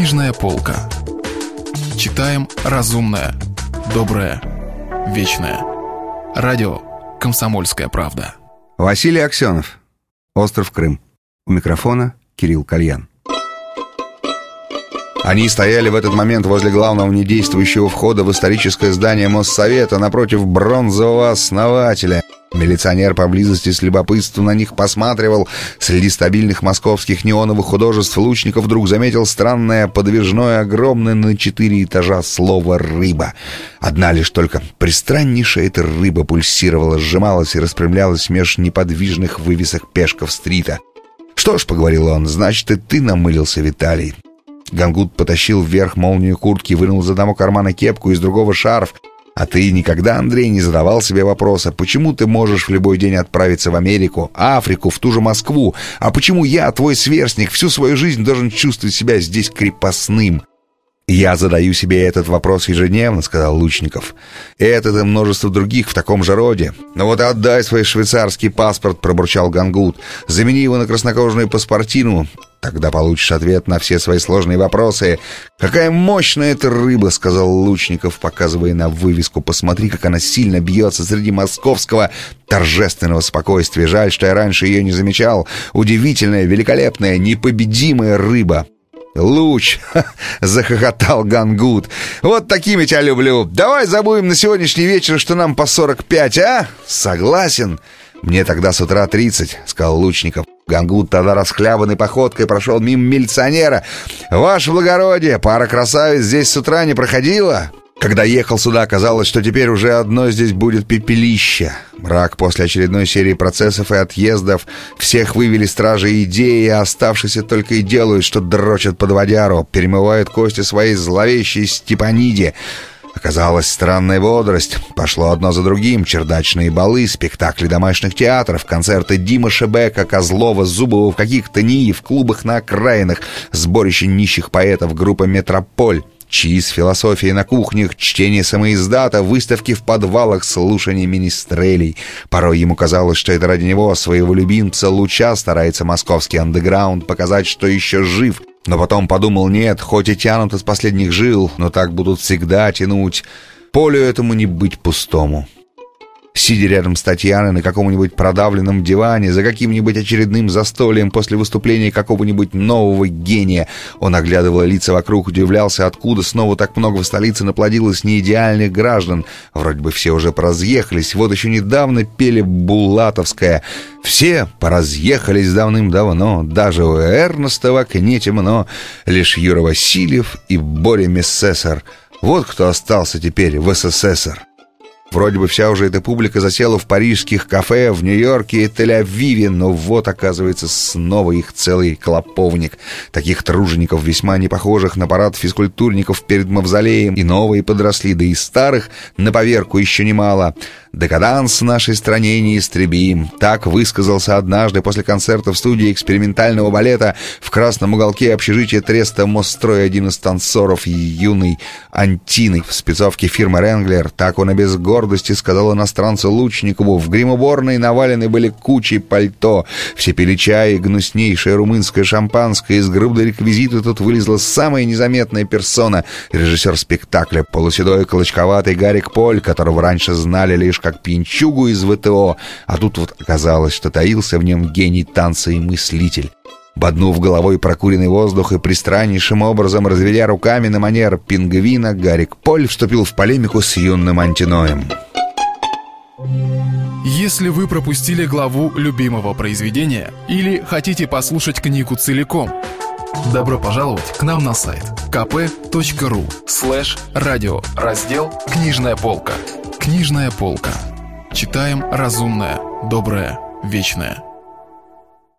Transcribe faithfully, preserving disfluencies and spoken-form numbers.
Книжная полка. Читаем разумное, доброе, вечное. Радио «Комсомольская правда». Василий Аксенов. Остров Крым. У микрофона Кирилл Кальян. Они стояли в этот момент возле главного недействующего входа в историческое здание Моссовета напротив бронзового основателя. Милиционер поблизости с любопытством на них посматривал. Среди стабильных московских неоновых художеств Лучников вдруг заметил странное, подвижное, огромное на четыре этажа слово «рыба». Одна лишь только пристраннейшая эта рыба пульсировала, сжималась и распрямлялась меж неподвижных вывесок Пешков-стрита. «Что ж», — поговорил он, — «значит, и ты намылился, Виталий». Гангут потащил вверх молнию куртки, вынул из одного кармана кепку, из другого шарф. «А ты никогда, Андрей, не задавал себе вопроса, почему ты можешь в любой день отправиться в Америку, Африку, в ту же Москву? А почему я, твой сверстник, всю свою жизнь должен чувствовать себя здесь крепостным?» «Я задаю себе этот вопрос ежедневно», — сказал Лучников. «Этот и множество других в таком же роде. Ну вот отдай свой швейцарский паспорт», — пробурчал Гангут. «Замени его на краснокожую паспортину. Тогда получишь ответ на все свои сложные вопросы». «Какая мощная эта рыба», — сказал Лучников, показывая на вывеску. «Посмотри, как она сильно бьется среди московского торжественного спокойствия. Жаль, что я раньше ее не замечал. Удивительная, великолепная, непобедимая рыба». «Луч!» — захохотал Гангут. «Вот такими тебя люблю. Давай забудем на сегодняшний вечер, что нам по сорок пять, а? Согласен?» «Мне тогда с утра тридцать», — сказал Лучников. Гангут тогда расхлябанной походкой прошел мимо милиционера. «Ваше благородие, пара красавиц здесь с утра не проходила?» Когда ехал сюда, казалось, что теперь уже одно здесь будет пепелище. Мрак после очередной серии процессов и отъездов. Всех вывели стражи идеи, а оставшиеся только и делают, что дрочат под водяру, перемывают кости своей зловещей Степаниде. Оказалась странная бодрость. Пошло одно за другим. Чердачные балы, спектакли домашних театров, концерты Димы Шебека, Козлова, Зубова в каких-то НИИ, в клубах на окраинах, сборище нищих поэтов, группа «Метрополь». Чаи с философией на кухнях, чтение самоиздата, выставки в подвалах, слушание министрелей. Порой ему казалось, что это ради него, своего любимца Луча, старается московский андеграунд показать, что еще жив. Но потом подумал, нет, хоть и тянут из последних жил, но так будут всегда тянуть. Полю этому не быть пустому. Сидя рядом с Татьяной на каком-нибудь продавленном диване, за каким-нибудь очередным застольем после выступления какого-нибудь нового гения, он оглядывал лица вокруг, удивлялся, откуда снова так много в столице наплодилось неидеальных граждан. Вроде бы все уже поразъехались, вот еще недавно пели булатовское. Все поразъехались давным-давно, даже у Эрнста в окне темно, лишь Юра Васильев и Боря Мессесар. Вот кто остался теперь в СССР. Вроде бы вся уже эта публика засела в парижских кафе, в Нью-Йорке и Тель-Авиве, но вот, оказывается, снова их целый клоповник. Таких тружеников, весьма не похожих на парад физкультурников перед мавзолеем, и новые подросли, да и старых на поверку еще немало. «Декаданс в нашей стране неистребим», так высказался однажды после концерта в студии экспериментального балета в красном уголке общежития Треста Мосстрой один из танцоров юной Антины в спецовке фирмы «Ренглер». Так он и без гордости сказал иностранцу Лучникову. В гримуборной навалены были кучи пальто. Все пили чай и гнуснейшее румынское шампанское. Из груды реквизита тут вылезла самая незаметная персона — режиссер спектакля, полуседой клочковатый Гарик Поль, которого раньше знали лишь как пьянчугу из ВТО, а тут вот оказалось, что таился в нем гений танца и мыслитель. Боднув головой прокуренный воздух и пристраннейшим образом разведя руками на манер пингвина, Гарик Поль вступил в полемику с юным Антиноем. Если вы пропустили главу любимого произведения или хотите послушать книгу целиком, добро пожаловать к нам на сайт kp.ru слэш радио, раздел «Книжная полка». Книжная полка. Читаем разумное, доброе, вечное.